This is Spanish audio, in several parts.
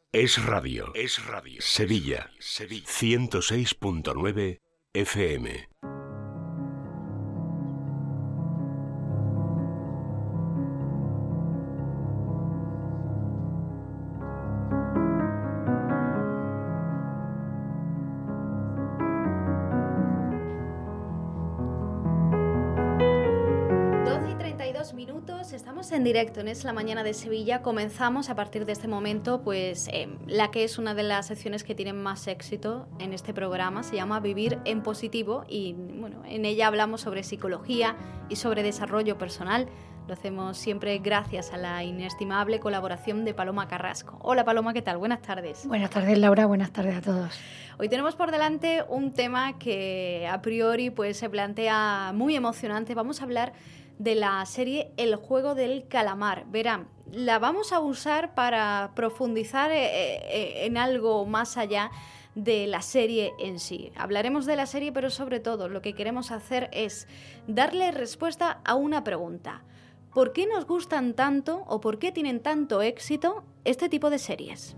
Es radio. Es radio. Sevilla. 106.9 FM. Estamos en directo en Es la Mañana de Sevilla. Comenzamos a partir de este momento pues la que es una de las secciones que tienen más éxito en este programa. Se llama Vivir en Positivo y bueno, en ella hablamos sobre psicología y sobre desarrollo personal. Lo hacemos siempre gracias a la inestimable colaboración de Paloma Carrasco. Hola Paloma, ¿qué tal? Buenas tardes. Buenas tardes Laura, buenas tardes a todos. Hoy tenemos por delante un tema que a priori pues se plantea muy emocionante. Vamos a hablar de la serie El Juego del Calamar. Verán, la vamos a usar para profundizar en algo más allá de la serie en sí. Hablaremos de la serie, pero sobre todo lo que queremos hacer es darle respuesta a una pregunta. ¿Por qué nos gustan tanto o por qué tienen tanto éxito este tipo de series?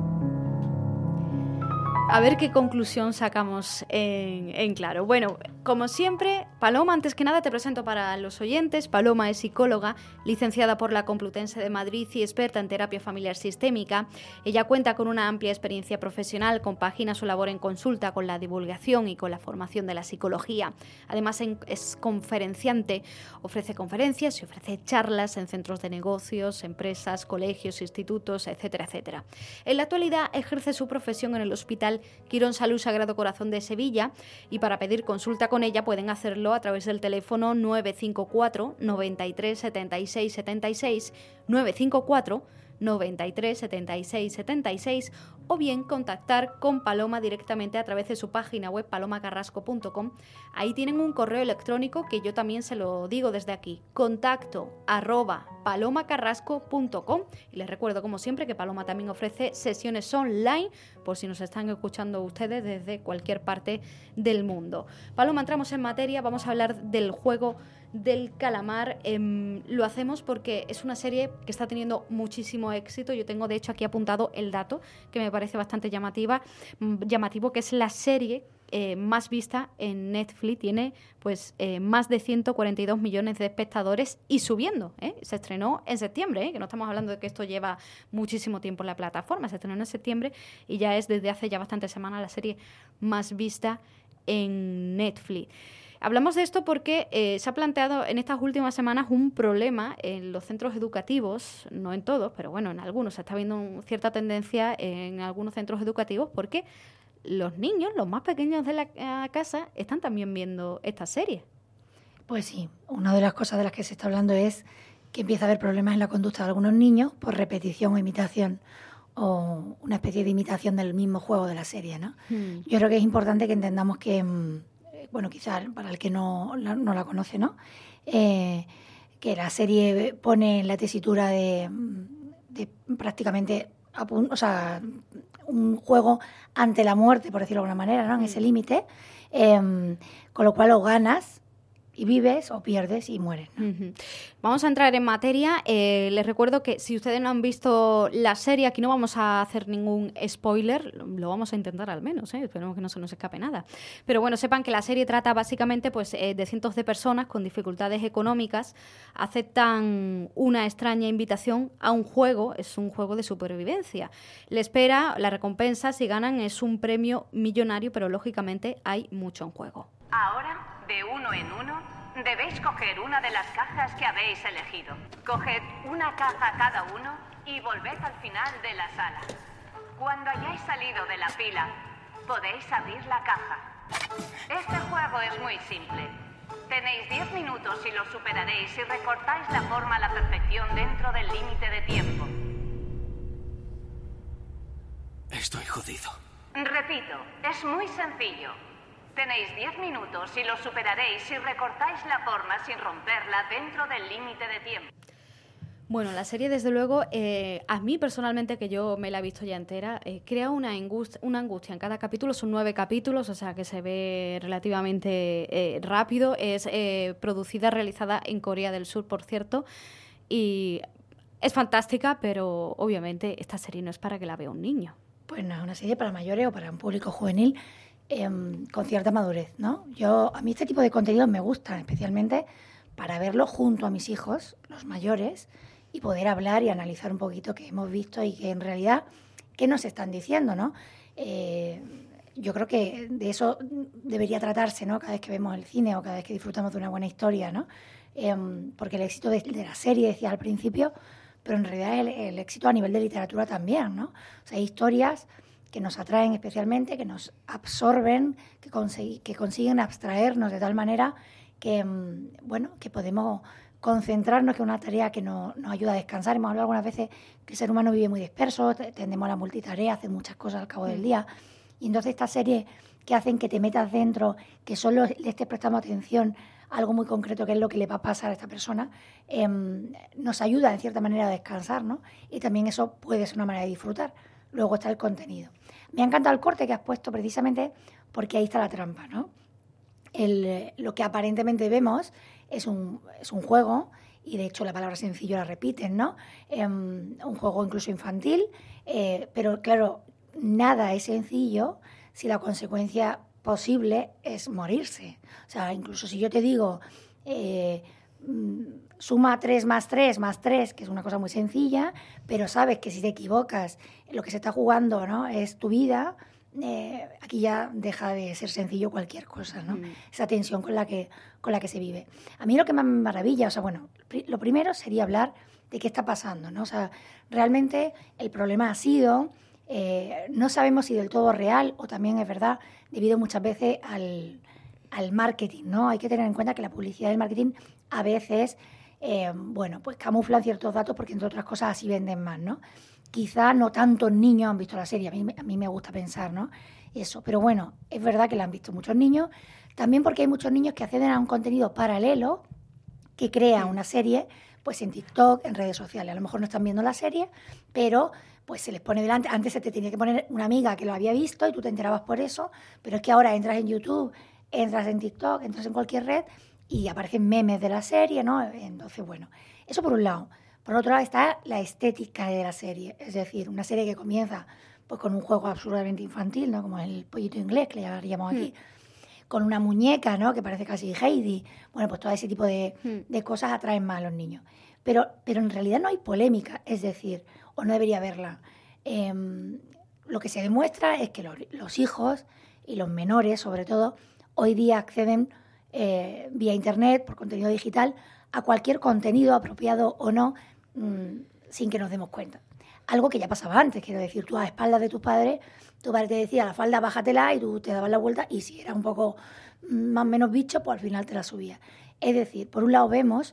A ver qué conclusión sacamos en claro. Bueno, como siempre, Paloma, antes que nada te presento para los oyentes. Paloma es psicóloga, licenciada por la Complutense de Madrid y experta en terapia familiar sistémica. Ella cuenta con una amplia experiencia profesional, compagina su labor en consulta con la divulgación y con la formación de la psicología. Además, es conferenciante, ofrece conferencias y ofrece charlas en centros de negocios, empresas, colegios, institutos, etcétera, etcétera. En la actualidad ejerce su profesión en el Hospital Quirón Salud Sagrado Corazón de Sevilla y para pedir consulta con ella pueden hacerlo a través del teléfono 954 93 76 76 954 93 76 76 o bien contactar con Paloma directamente a través de su página web palomacarrasco.com. Ahí tienen un correo electrónico que yo también se lo digo desde aquí, contacto@palomacarrasco.com, y les recuerdo como siempre que Paloma también ofrece sesiones online por si nos están escuchando ustedes desde cualquier parte del mundo. Paloma, entramos en materia, vamos a hablar del Juego del Calamar. Lo hacemos porque es una serie que está teniendo muchísimo éxito. Yo tengo de hecho aquí apuntado el dato que me parece bastante llamativo, que es la serie más vista en Netflix. Tiene pues más de 142 millones de espectadores y subiendo, Se estrenó en septiembre, que no estamos hablando de que esto lleva muchísimo tiempo en la plataforma. Se estrenó en septiembre y ya es desde hace ya bastantes semanas la serie más vista en Netflix. Hablamos de esto porque se ha planteado en estas últimas semanas un problema en los centros educativos, no en todos, pero bueno, en algunos se está viendo cierta tendencia en algunos centros educativos porque los niños, los más pequeños de la casa, están también viendo esta serie. Pues sí, una de las cosas de las que se está hablando es que empieza a haber problemas en la conducta de algunos niños por repetición o imitación, o una especie de imitación del mismo juego de la serie, ¿no? Yo creo que es importante que entendamos que, bueno, quizás para el que no la conoce, ¿no? Que la serie pone en la tesitura de prácticamente, o sea, un juego ante la muerte, por decirlo de alguna manera, ¿no? En ese límite, con lo cual o ganas y vives o pierdes y mueres, ¿no? Uh-huh. Vamos a entrar en materia. Les recuerdo que si ustedes no han visto la serie, aquí no vamos a hacer ningún spoiler, lo vamos a intentar al menos, esperemos que no se nos escape nada. Pero bueno, sepan que la serie trata básicamente pues, de cientos de personas con dificultades económicas, aceptan una extraña invitación a un juego, es un juego de supervivencia. Le espera, la recompensa, si ganan, es un premio millonario, pero lógicamente hay mucho en juego. Ahora, de uno en uno, debéis coger una de las cajas que habéis elegido. Coged una caja cada uno y volved al final de la sala. Cuando hayáis salido de la pila, podéis abrir la caja. Este juego es muy simple. Tenéis 10 minutos y lo superaréis si recortáis la forma a la perfección dentro del límite de tiempo. Estoy jodido. Repito, es muy sencillo. Tenéis 10 minutos y lo superaréis si recortáis la forma sin romperla dentro del límite de tiempo. Bueno, la serie, desde luego, a mí personalmente, que yo me la he visto ya entera, crea una angustia en cada capítulo. Son 9 capítulos, o sea que se ve relativamente rápido. Es realizada en Corea del Sur, por cierto, y Es fantástica, pero obviamente esta serie no es para que la vea un niño. Pues no, es una serie para mayores o para un público juvenil con cierta madurez, ¿no? A mí este tipo de contenidos me gustan, especialmente para verlo junto a mis hijos, los mayores, y poder hablar y analizar un poquito qué hemos visto y que en realidad, qué nos están diciendo, ¿no? Yo creo que de eso debería tratarse, ¿no? Cada vez que vemos el cine o cada vez que disfrutamos de una buena historia, ¿no? Porque el éxito de la serie, decía al principio, pero en realidad el éxito a nivel de literatura también, ¿no? O sea, hay historias que nos atraen especialmente, que nos absorben, que consiguen abstraernos de tal manera que, bueno, que podemos concentrarnos, que es una tarea que nos ayuda a descansar. Hemos hablado algunas veces que el ser humano vive muy disperso, tendemos a la multitarea, hacer muchas cosas al cabo del día. Y entonces estas series que hacen que te metas dentro, que solo le estés prestando atención a algo muy concreto, que es lo que le va a pasar a esta persona, nos ayuda en cierta manera a descansar, ¿no? Y también eso puede ser una manera de disfrutar. Luego está el contenido. Me ha encantado el corte que has puesto precisamente porque ahí está la trampa, ¿no? Lo que aparentemente vemos es un juego, y de hecho la palabra sencillo la repiten, ¿no? Un juego incluso infantil, pero claro, nada es sencillo si la consecuencia posible es morirse. O sea, incluso si yo te digo suma 3 más 3 más 3, que es una cosa muy sencilla, pero sabes que si te equivocas, lo que se está jugando, ¿no?, es tu vida, aquí ya deja de ser sencillo cualquier cosa, ¿no? Esa tensión con la que se vive. A mí lo que más me maravilla, o sea, bueno, lo primero sería hablar de qué está pasando, ¿no? O sea, realmente el problema ha sido, no sabemos si del todo real o también es verdad, debido muchas veces al marketing, ¿no? Hay que tener en cuenta que la publicidad y el marketing a veces, bueno, pues camuflan ciertos datos porque entre otras cosas así venden más, ¿no? Quizá no tantos niños han visto la serie, a mí me gusta pensar, ¿no? Eso, pero bueno, es verdad que la han visto muchos niños, también porque hay muchos niños que acceden a un contenido paralelo que crea una serie, pues en TikTok, en redes sociales. A lo mejor no están viendo la serie, pero pues se les pone delante. Antes se te tenía que poner una amiga que lo había visto y tú te enterabas por eso, pero es que ahora entras en YouTube, entras en TikTok, entras en cualquier red y aparecen memes de la serie, ¿no? Entonces, bueno, eso por un lado. Por otro lado está la estética de la serie, es decir, una serie que comienza pues con un juego absurdamente infantil, ¿no?, como el pollito inglés, que le llamaríamos aquí, con una muñeca, ¿no?, que parece casi Heidi. Bueno, pues todo ese tipo de cosas atraen más a los niños. Pero en realidad no hay polémica, es decir, o no debería haberla. Lo que se demuestra es que los hijos y los menores, sobre todo, hoy día acceden vía Internet, por contenido digital, a cualquier contenido apropiado o no, sin que nos demos cuenta. Algo que ya pasaba antes, quiero decir, tú a espaldas de tus padres, tu padre te decía la falda bájatela y tú te dabas la vuelta y si era un poco más o menos bicho, pues al final te la subías. Es decir, por un lado vemos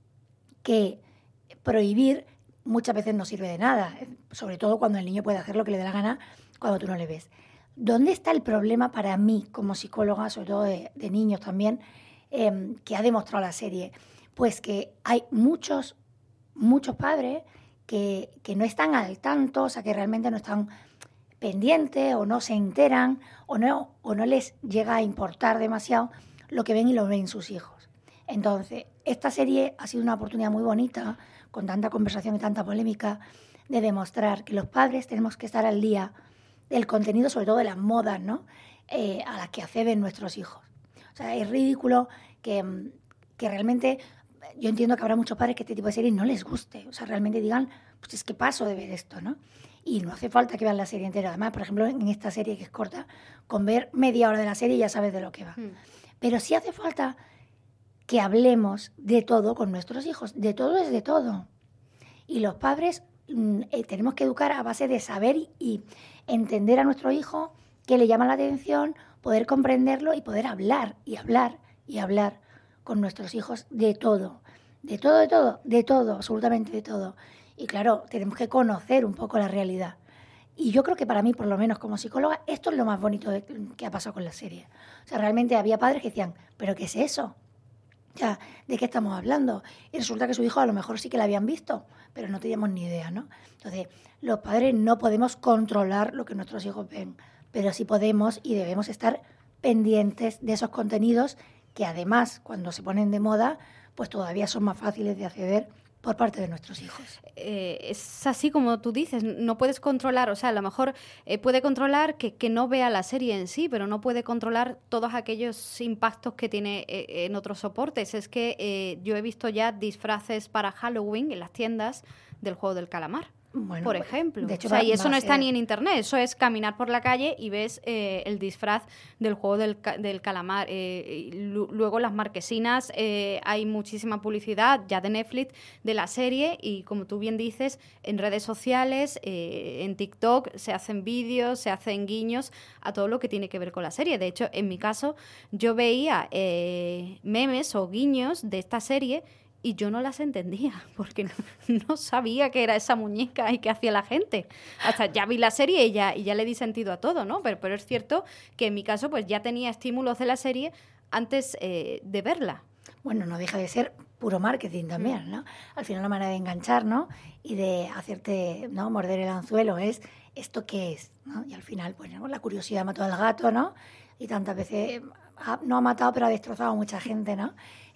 que prohibir muchas veces no sirve de nada, sobre todo cuando el niño puede hacer lo que le dé la gana cuando tú no le ves. ¿Dónde está el problema para mí como psicóloga, sobre todo de niños también, que ha demostrado la serie? Pues que hay muchos padres que no están al tanto, o sea, que realmente no están pendientes o no se enteran o no les llega a importar demasiado lo que ven y lo ven sus hijos. Entonces, esta serie ha sido una oportunidad muy bonita, con tanta conversación y tanta polémica, de demostrar que los padres tenemos que estar al día del contenido, sobre todo de las modas, ¿no?, a las que acceden nuestros hijos. O sea, es ridículo que realmente... Yo entiendo que habrá muchos padres que este tipo de series no les guste, o sea, realmente digan, pues es que paso de ver esto, ¿no? Y no hace falta que vean la serie entera. Además, por ejemplo, en esta serie que es corta, con ver media hora de la serie ya sabes de lo que va. Pero sí hace falta que hablemos de todo con nuestros hijos. De todo es de todo. Y los padres tenemos que educar a base de saber y entender a nuestro hijo qué le llama la atención, poder comprenderlo y poder hablar y hablar y hablar con nuestros hijos de todo, absolutamente de todo. Y claro, tenemos que conocer un poco la realidad. Y yo creo que para mí, por lo menos como psicóloga, esto es lo más bonito que ha pasado con la serie. O sea, realmente había padres que decían, ¿pero qué es eso? O sea, ¿de qué estamos hablando? Y resulta que su hijo a lo mejor sí que la habían visto, pero no teníamos ni idea, ¿no? Entonces, los padres no podemos controlar lo que nuestros hijos ven, pero sí podemos y debemos estar pendientes de esos contenidos que además, cuando se ponen de moda, pues todavía son más fáciles de acceder por parte de nuestros hijos. Es así como tú dices, no puedes controlar, o sea, a lo mejor puede controlar que no vea la serie en sí, pero no puede controlar todos aquellos impactos que tiene en otros soportes. Es que yo he visto ya disfraces para Halloween en las tiendas del juego del calamar. Bueno, por ejemplo. De hecho, y eso no está ni en internet, eso es caminar por la calle y ves el disfraz del juego del calamar. Luego las marquesinas, hay muchísima publicidad ya de Netflix de la serie y como tú bien dices, en redes sociales, en TikTok se hacen vídeos, se hacen guiños a todo lo que tiene que ver con la serie. De hecho, en mi caso, yo veía memes o guiños de esta serie y yo no las entendía, porque no sabía qué era esa muñeca y qué hacía la gente. Hasta ya vi la serie y ya le di sentido a todo, ¿no? Pero es cierto que en mi caso pues ya tenía estímulos de la serie antes de verla. Bueno, no deja de ser puro marketing también, ¿no? Al final la manera de enganchar, ¿no? Y de hacerte, ¿no?, morder el anzuelo es ¿esto qué es?, ¿no? Y al final, pues, ¿no?, la curiosidad mató al gato, ¿no? Y tantas veces no ha matado, pero ha destrozado a mucha gente, ¿no?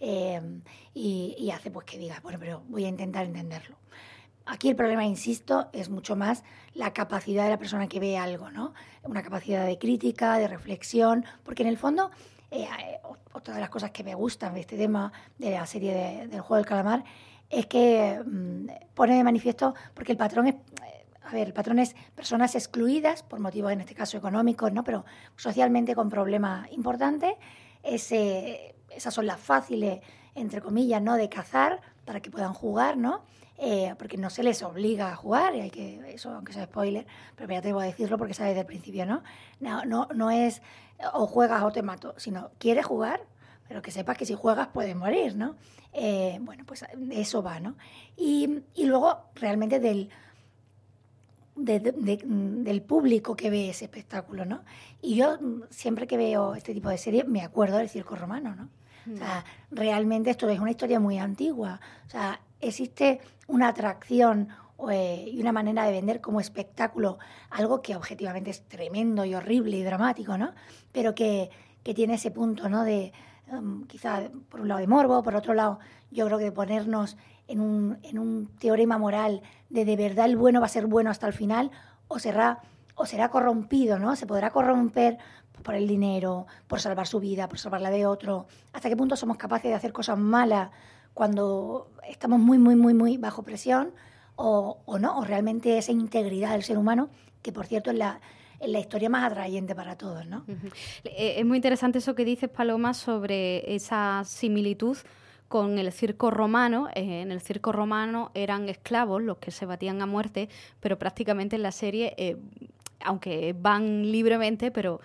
Y hace pues que digas, bueno, pero voy a intentar entenderlo. Aquí el problema, insisto, es mucho más la capacidad de la persona que ve algo, ¿no? Una capacidad de crítica, de reflexión, porque en el fondo, otra de las cosas que me gustan de este tema, de la serie del juego del calamar, es que pone de manifiesto, porque el patrón es... el patrón es personas excluidas, por motivos en este caso económicos, ¿no?, pero socialmente con problemas importantes. Esas son las fáciles, entre comillas, ¿no?, de cazar para que puedan jugar, ¿no? Porque no se les obliga a jugar, y hay que, eso, aunque sea spoiler, pero me atrevo a decirlo porque sabes desde el principio, ¿no? No es o juegas o te mato, sino quieres jugar, pero que sepas que si juegas puedes morir, ¿no? Bueno, pues de eso va, ¿no? Y luego realmente del público que ve ese espectáculo, ¿no? Y yo siempre que veo este tipo de series me acuerdo del circo romano, ¿no? O sea, realmente esto es una historia muy antigua. O sea, existe una atracción y una manera de vender como espectáculo algo que objetivamente es tremendo y horrible y dramático, ¿no? Pero que tiene ese punto, ¿no?, de quizá por un lado de morbo, por otro lado yo creo que de ponernos en un teorema moral de verdad el bueno va a ser bueno hasta el final o será corrompido, ¿no? Se podrá corromper por el dinero, por salvar su vida, por salvar la de otro. ¿Hasta qué punto somos capaces de hacer cosas malas cuando estamos muy, muy, muy, muy bajo presión o no? O realmente esa integridad del ser humano, que por cierto es la historia más atrayente para todos, ¿no? Es muy interesante eso que dices, Paloma, sobre esa similitud con el circo romano. En el circo romano eran esclavos los que se batían a muerte, pero prácticamente en la serie, aunque van libremente, pero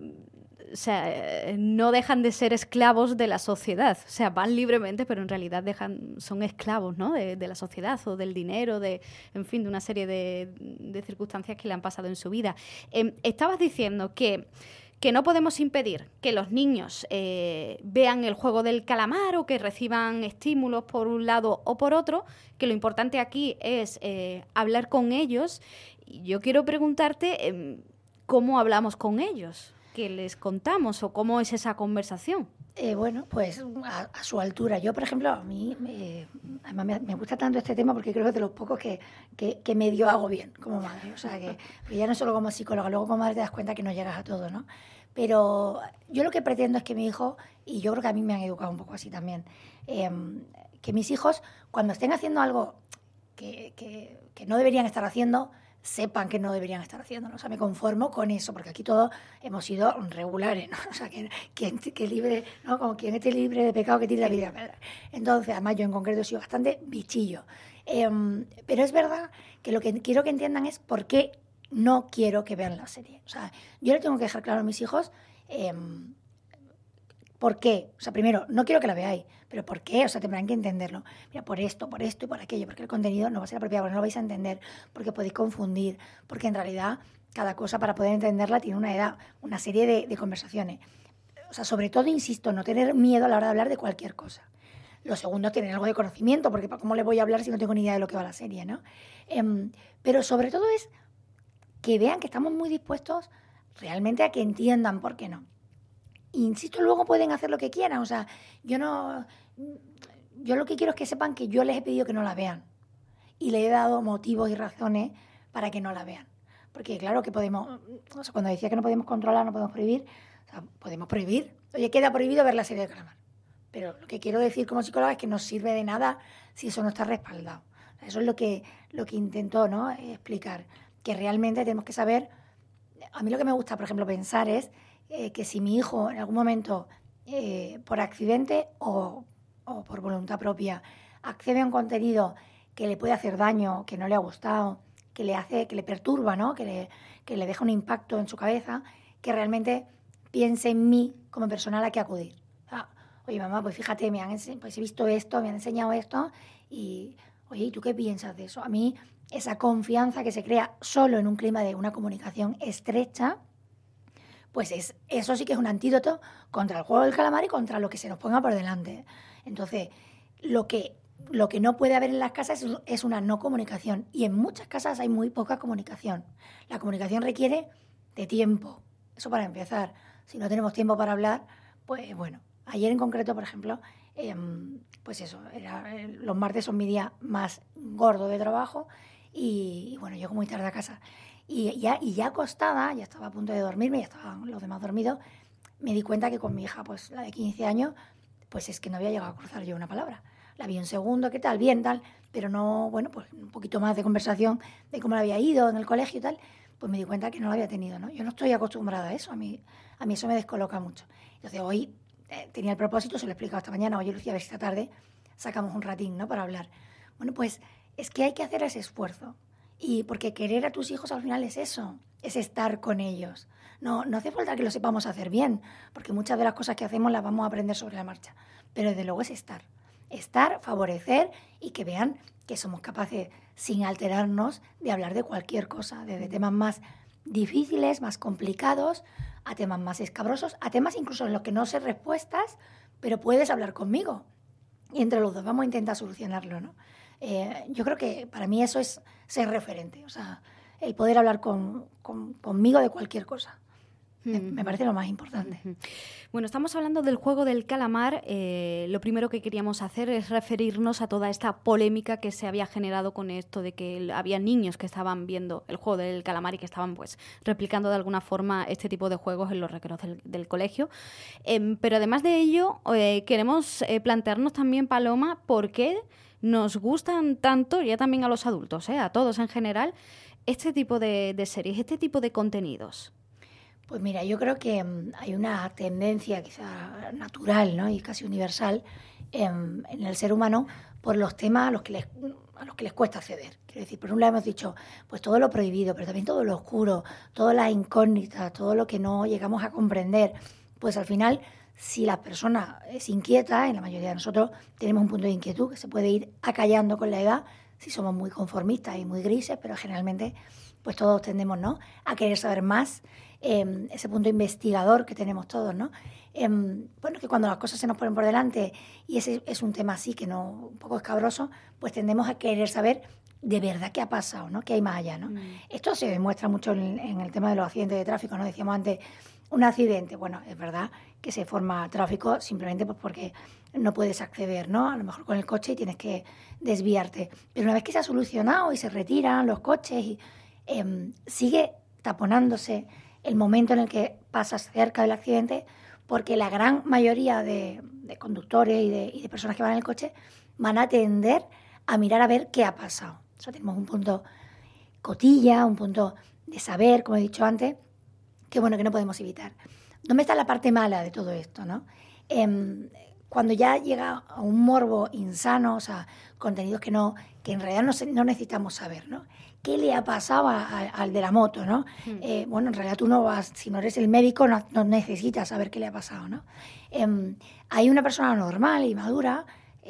o sea, no dejan de ser esclavos de la sociedad. O sea, van libremente, pero en realidad son esclavos, ¿no?, de la sociedad o del dinero, en fin, de una serie de circunstancias que le han pasado en su vida. Estabas diciendo que no podemos impedir que los niños vean el juego del calamar o que reciban estímulos por un lado o por otro, que lo importante aquí es hablar con ellos. Y yo quiero preguntarte cómo hablamos con ellos, qué les contamos o cómo es esa conversación. Bueno, pues a su altura. Yo, por ejemplo, a mí además me gusta tanto este tema porque creo que es de los pocos que medio hago bien como madre. O sea, que ya no solo como psicóloga, luego como madre te das cuenta que no llegas a todo, ¿no? Pero yo lo que pretendo es que mi hijo, y yo creo que a mí me han educado un poco así también, que mis hijos, cuando estén haciendo algo que no deberían estar haciendo, sepan que no deberían estar haciéndolo. O sea, me conformo con eso, porque aquí todos hemos sido regulares, ¿no? O sea, que libre, ¿no? Como quien esté libre de pecado que tire la vida. Entonces, además yo en concreto he sido bastante bichillo. Pero es verdad que lo que quiero que entiendan es por qué no quiero que vean la serie. O sea, yo le tengo que dejar claro a mis hijos ¿por qué? O sea, primero, no quiero que la veáis, pero ¿por qué? O sea, tendrán que entenderlo. Mira, por esto y por aquello, porque el contenido no va a ser apropiado, porque no lo vais a entender, porque podéis confundir, porque en realidad cada cosa para poder entenderla tiene una edad, una serie de conversaciones. O sea, sobre todo, insisto, no tener miedo a la hora de hablar de cualquier cosa. Lo segundo, tener algo de conocimiento, porque ¿cómo le voy a hablar si no tengo ni idea de lo que va la serie, ¿no? Pero sobre todo es que vean que estamos muy dispuestos realmente a que entiendan por qué no. Insisto, luego pueden hacer lo que quieran. O sea, yo no yo lo que quiero es que sepan que yo les he pedido que no la vean y le he dado motivos y razones para que no la vean. Porque claro que podemos, o sea, cuando decía que no podemos controlar, no podemos prohibir, o sea, podemos prohibir. Oye, queda prohibido ver la serie de Calamar. Pero lo que quiero decir como psicóloga es que no sirve de nada si eso no está respaldado. Eso es lo que intentó, ¿no?, explicar, que realmente tenemos que saber. A mí lo que me gusta, por ejemplo, pensar es que si mi hijo en algún momento, por accidente o por voluntad propia, accede a un contenido que le puede hacer daño, que no le ha gustado, que le perturba, ¿no?, que le deja un impacto en su cabeza, que realmente piense en mí como persona a la que acudir. Oye, mamá, pues fíjate, pues he visto esto, me han enseñado esto, y oye, ¿y tú qué piensas de eso? A mí esa confianza que se crea solo en un clima de una comunicación estrecha, pues eso sí que es un antídoto contra el juego del calamar y contra lo que se nos ponga por delante. Entonces, lo que no puede haber en las casas es una no comunicación. Y en muchas casas hay muy poca comunicación. La comunicación requiere de tiempo. Eso para empezar. Si no tenemos tiempo para hablar, pues bueno. Ayer en concreto, por ejemplo, pues eso, los martes son mi día más gordo de trabajo y bueno, llego muy tarde a casa. Y ya acostada, ya estaba a punto de dormirme, ya estaban los demás dormidos, me di cuenta que con mi hija, pues la de 15 años, pues es que no había llegado a cruzar yo una palabra. La vi un segundo, ¿qué tal? Bien, tal, pero no, bueno, pues un poquito más de conversación de cómo le había ido en el colegio y tal, pues me di cuenta que no lo había tenido, ¿no? Yo no estoy acostumbrada a eso, a mí eso me descoloca mucho. Entonces hoy tenía el propósito, se lo he explicado esta mañana, oye Lucía, a ver si esta tarde sacamos un ratín, ¿no?, para hablar. Bueno, pues es que hay que hacer ese esfuerzo. Y porque querer a tus hijos al final es eso, es estar con ellos. No hace falta que lo sepamos hacer bien, porque muchas de las cosas que hacemos las vamos a aprender sobre la marcha. Pero desde luego es estar, favorecer y que vean que somos capaces, sin alterarnos, de hablar de cualquier cosa, desde temas más difíciles, más complicados, a temas más escabrosos, a temas incluso en los que no sé respuestas, pero puedes hablar conmigo. Y entre los dos vamos a intentar solucionarlo, ¿no? Yo creo que para mí eso es ser referente, o sea, el poder hablar conmigo de cualquier cosa. Me parece lo más importante. Bueno, estamos hablando del juego del calamar. Lo primero que queríamos hacer es referirnos a toda esta polémica que se había generado con esto de que había niños que estaban viendo el juego del calamar y que estaban pues replicando de alguna forma este tipo de juegos en los recreos del colegio. Pero además de ello, queremos plantearnos también, Paloma, por qué nos gustan tanto, ya también a los adultos, a todos en general, este tipo de series, este tipo de contenidos. Pues mira, yo creo que hay una tendencia quizá natural, ¿no?, y casi universal en el ser humano por los temas a los que les cuesta acceder. Quiero decir, por un lado hemos dicho pues todo lo prohibido, pero también todo lo oscuro, todas las incógnitas, todo lo que no llegamos a comprender. Pues al final, si la persona es inquieta, en la mayoría de nosotros tenemos un punto de inquietud que se puede ir acallando con la edad, si somos muy conformistas y muy grises, pero generalmente pues todos tendemos, ¿no?, a querer saber más. Ese punto investigador que tenemos todos, ¿no? Bueno, que cuando las cosas se nos ponen por delante y ese es un tema así, que no, un poco escabroso, pues tendemos a querer saber de verdad qué ha pasado, ¿no?, qué hay más allá, ¿no? Esto se demuestra mucho en el tema de los accidentes de tráfico, ¿no? Decíamos antes, un accidente, bueno, es verdad que se forma tráfico simplemente pues porque no puedes acceder, ¿no?, a lo mejor con el coche y tienes que desviarte. Pero una vez que se ha solucionado y se retiran los coches, y sigue taponándose el momento en el que pasas cerca del accidente, porque la gran mayoría de conductores y de personas que van en el coche van a tender a mirar a ver qué ha pasado. O sea, tenemos un punto cotilla, un punto de saber, como he dicho antes, que bueno, que no podemos evitar. ¿Dónde está la parte mala de todo esto, no? Cuando ya llega a un morbo insano, o sea, contenidos que en realidad no necesitamos saber, ¿no? ¿Qué le ha pasado al de la moto, no? Bueno, en realidad tú no vas, si no eres el médico, no necesitas saber qué le ha pasado, ¿no? Hay una persona normal y madura,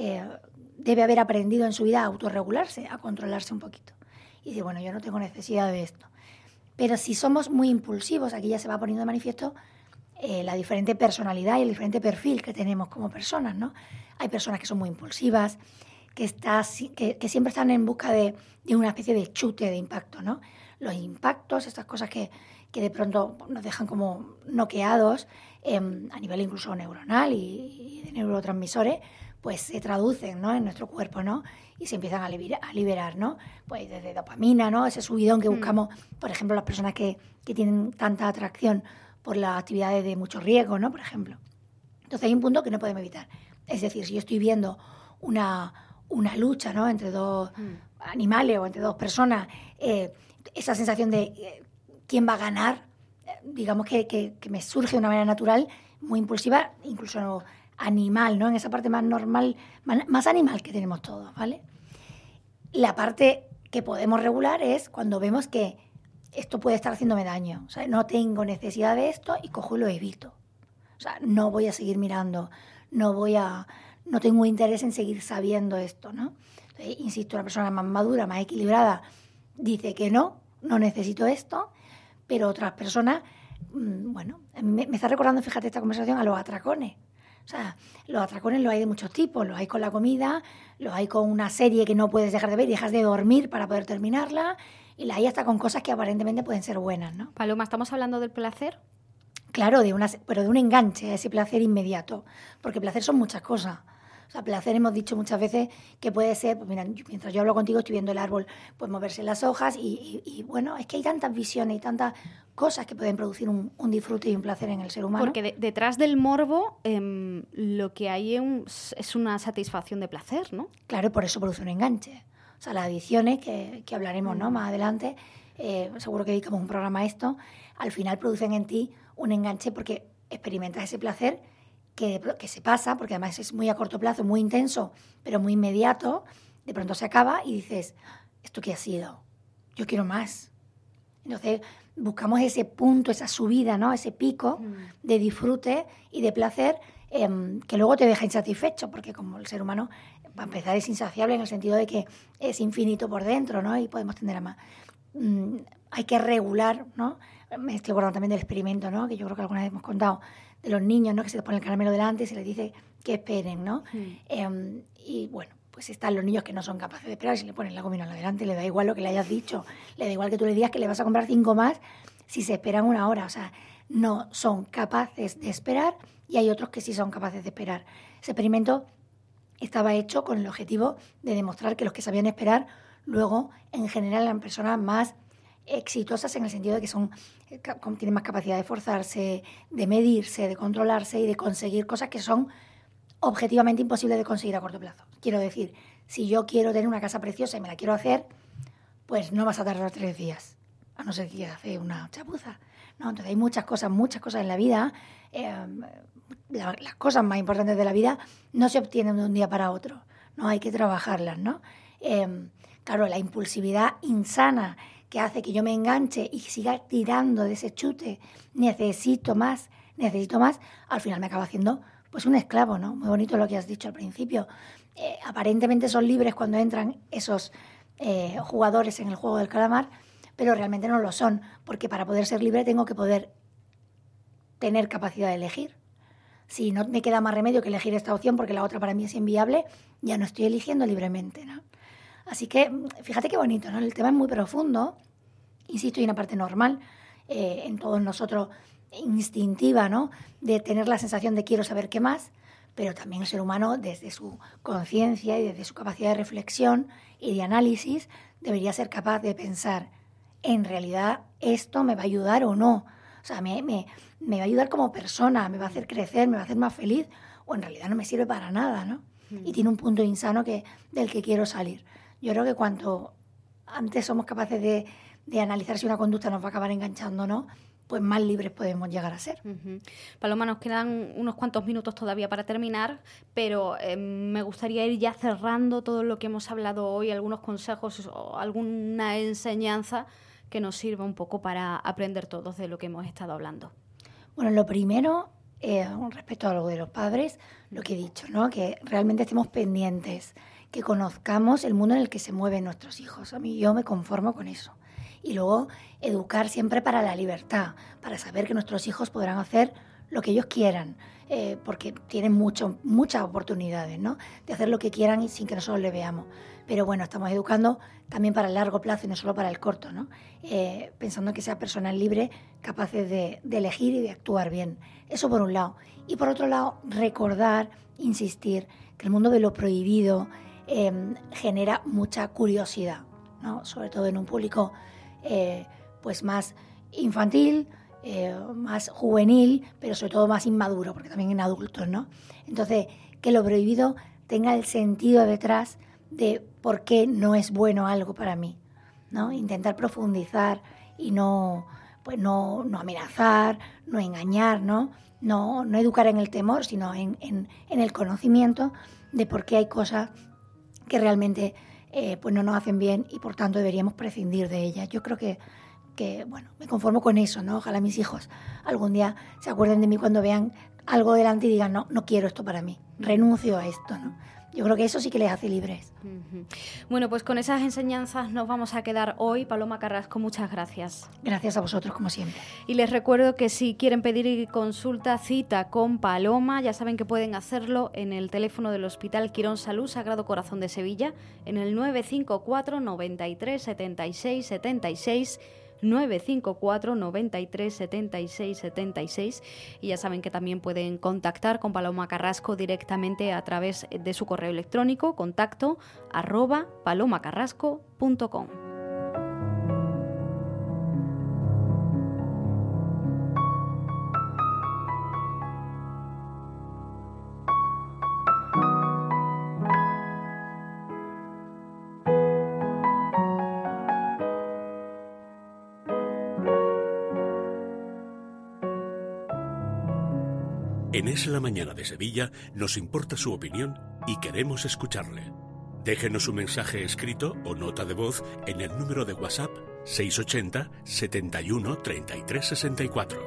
debe haber aprendido en su vida a autorregularse, a controlarse un poquito. Y dice, bueno, yo no tengo necesidad de esto. Pero si somos muy impulsivos, aquí ya se va poniendo de manifiesto la diferente personalidad y el diferente perfil que tenemos como personas, ¿no? Hay personas que son muy impulsivas, que siempre están en busca de una especie de chute de impacto, ¿no? Los impactos, estas cosas que de pronto nos dejan como noqueados a nivel incluso neuronal y de neurotransmisores, pues se traducen, ¿no?, en nuestro cuerpo, ¿no? Y se empiezan a liberar, ¿no? Pues desde dopamina, ¿no?, ese subidón que buscamos, por ejemplo, las personas que tienen tanta atracción por las actividades de mucho riesgo, ¿no?, por ejemplo. Entonces hay un punto que no podemos evitar. Es decir, si yo estoy viendo una lucha, ¿no?, entre dos animales o entre dos personas, esa sensación de quién va a ganar, digamos que me surge de una manera natural, muy impulsiva, incluso animal, ¿no?, en esa parte más normal, más animal que tenemos todos, ¿vale? La parte que podemos regular es cuando vemos que esto puede estar haciéndome daño. O sea, no tengo necesidad de esto y cojo y lo evito. O sea, no voy a seguir mirando, no tengo interés en seguir sabiendo esto, ¿no? Entonces, insisto, una persona más madura, más equilibrada, dice que no necesito esto, pero otras personas, bueno, me está recordando, fíjate, esta conversación a los atracones. O sea, los atracones los hay de muchos tipos, los hay con la comida, los hay con una serie que no puedes dejar de ver y dejas de dormir para poder terminarla, y la hay hasta con cosas que aparentemente pueden ser buenas, ¿no? Paloma, ¿estamos hablando del placer? Claro, pero de un enganche a ese placer inmediato, porque placer son muchas cosas. O sea, placer hemos dicho muchas veces que puede ser, pues mira, mientras yo hablo contigo estoy viendo el árbol pues moverse las hojas y bueno, es que hay tantas visiones y tantas cosas que pueden producir un disfrute y un placer en el ser humano. Porque detrás del morbo lo que hay es una satisfacción de placer, ¿no? Claro, por eso produce un enganche. O sea, las adicciones, que hablaremos, ¿no?, más adelante, seguro que dedicamos un programa a esto, al final producen en ti un enganche porque experimentas ese placer que se pasa, porque además es muy a corto plazo, muy intenso, pero muy inmediato, de pronto se acaba y dices, ¿esto qué ha sido? Yo quiero más. Entonces buscamos ese punto, esa subida, ¿no?, ese pico de disfrute y de placer que luego te deja insatisfecho, porque como el ser humano, para empezar, es insaciable en el sentido de que es infinito por dentro, ¿no?, y podemos tender a más. Hay que regular, ¿no? Me estoy acordando también del experimento, ¿no?, que yo creo que alguna vez hemos contado, de los niños, ¿no?, que se les pone el caramelo delante y se les dice que esperen, ¿no? Y bueno, pues están los niños que no son capaces de esperar y si le ponen la gominola delante, le da igual lo que le hayas dicho, le da igual que tú le digas que le vas a comprar 5 más si se esperan 1 hora. O sea, no son capaces de esperar y hay otros que sí son capaces de esperar. Ese experimento estaba hecho con el objetivo de demostrar que los que sabían esperar luego, en general, eran personas más exitosas en el sentido de que tienen más capacidad de esforzarse, de medirse, de controlarse y de conseguir cosas que son objetivamente imposibles de conseguir a corto plazo. Quiero decir, si yo quiero tener una casa preciosa y me la quiero hacer, pues no vas a tardar 3 días, a no ser que hacer una chapuza, ¿no? Entonces hay muchas cosas en la vida. Las cosas más importantes de la vida no se obtienen de un día para otro, ¿no? Hay que trabajarlas, ¿no? Claro, la impulsividad insana que hace que yo me enganche y siga tirando de ese chute, necesito más, al final me acaba haciendo pues un esclavo, ¿no? Muy bonito lo que has dicho al principio. Aparentemente son libres cuando entran esos jugadores en el juego del calamar, pero realmente no lo son, porque para poder ser libre tengo que poder tener capacidad de elegir. Si no me queda más remedio que elegir esta opción porque la otra para mí es inviable, ya no estoy eligiendo libremente, ¿no? Así que fíjate qué bonito, ¿no? El tema es muy profundo, insisto, hay una parte normal en todos nosotros, instintiva, ¿no?, de tener la sensación de quiero saber qué más, pero también el ser humano, desde su conciencia y desde su capacidad de reflexión y de análisis, debería ser capaz de pensar, ¿en realidad esto me va a ayudar o no? O sea, me va a ayudar como persona, me va a hacer crecer, me va a hacer más feliz, o en realidad no me sirve para nada, ¿no? Y tiene un punto insano del que quiero salir. Yo creo que cuanto antes somos capaces de analizar si una conducta nos va a acabar enganchando o no, pues más libres podemos llegar a ser. Paloma, nos quedan unos cuantos minutos todavía para terminar, pero me gustaría ir ya cerrando todo lo que hemos hablado hoy, algunos consejos o alguna enseñanza que nos sirva un poco para aprender todos de lo que hemos estado hablando. Bueno, lo primero, respecto a lo de los padres, lo que he dicho, ¿no?, que realmente estemos pendientes, que conozcamos el mundo en el que se mueven nuestros hijos. Yo me conformo con eso. Y luego educar siempre para la libertad, para saber que nuestros hijos podrán hacer lo que ellos quieran, porque tienen muchas oportunidades, ¿no?, de hacer lo que quieran y sin que nosotros le veamos. Pero bueno, estamos educando también para el largo plazo y no solo para el corto, ¿no? Pensando que sean personas libres, capaces de elegir y de actuar bien. Eso por un lado. Y por otro lado, recordar, insistir, que el mundo de lo prohibido genera mucha curiosidad, ¿no? Sobre todo en un público pues más infantil, más juvenil, pero sobre todo más inmaduro, porque también en adultos, ¿no? Entonces, que lo prohibido tenga el sentido detrás de por qué no es bueno algo para mí, ¿no? Intentar profundizar y no amenazar, no engañar, ¿no? No educar en el temor, sino en el conocimiento de por qué hay cosas que realmente pues no nos hacen bien y por tanto deberíamos prescindir de ellas. Yo creo que bueno, me conformo con eso, ¿no? Ojalá mis hijos algún día se acuerden de mí cuando vean algo delante y digan, no quiero esto para mí, renuncio a esto, ¿no? Yo creo que eso sí que les hace libres. Bueno, pues con esas enseñanzas nos vamos a quedar hoy. Paloma Carrasco, muchas gracias. Gracias a vosotros, como siempre. Y les recuerdo que si quieren pedir consulta, cita con Paloma, ya saben que pueden hacerlo en el teléfono del Hospital Quirón Salud Sagrado Corazón de Sevilla, en el 954 93 76 76, 954 93 76 76, y ya saben que también pueden contactar con Paloma Carrasco directamente a través de su correo electrónico, contacto@palomacarrasco.com. En Es la Mañana de Sevilla nos importa su opinión y queremos escucharle. Déjenos un mensaje escrito o nota de voz en el número de WhatsApp 680 71 33 64.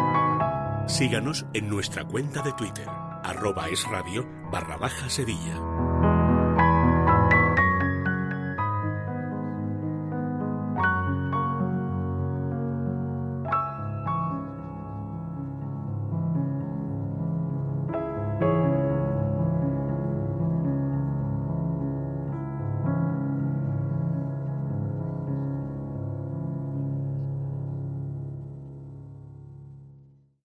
Síganos en nuestra cuenta de Twitter, @esradio_Sevilla.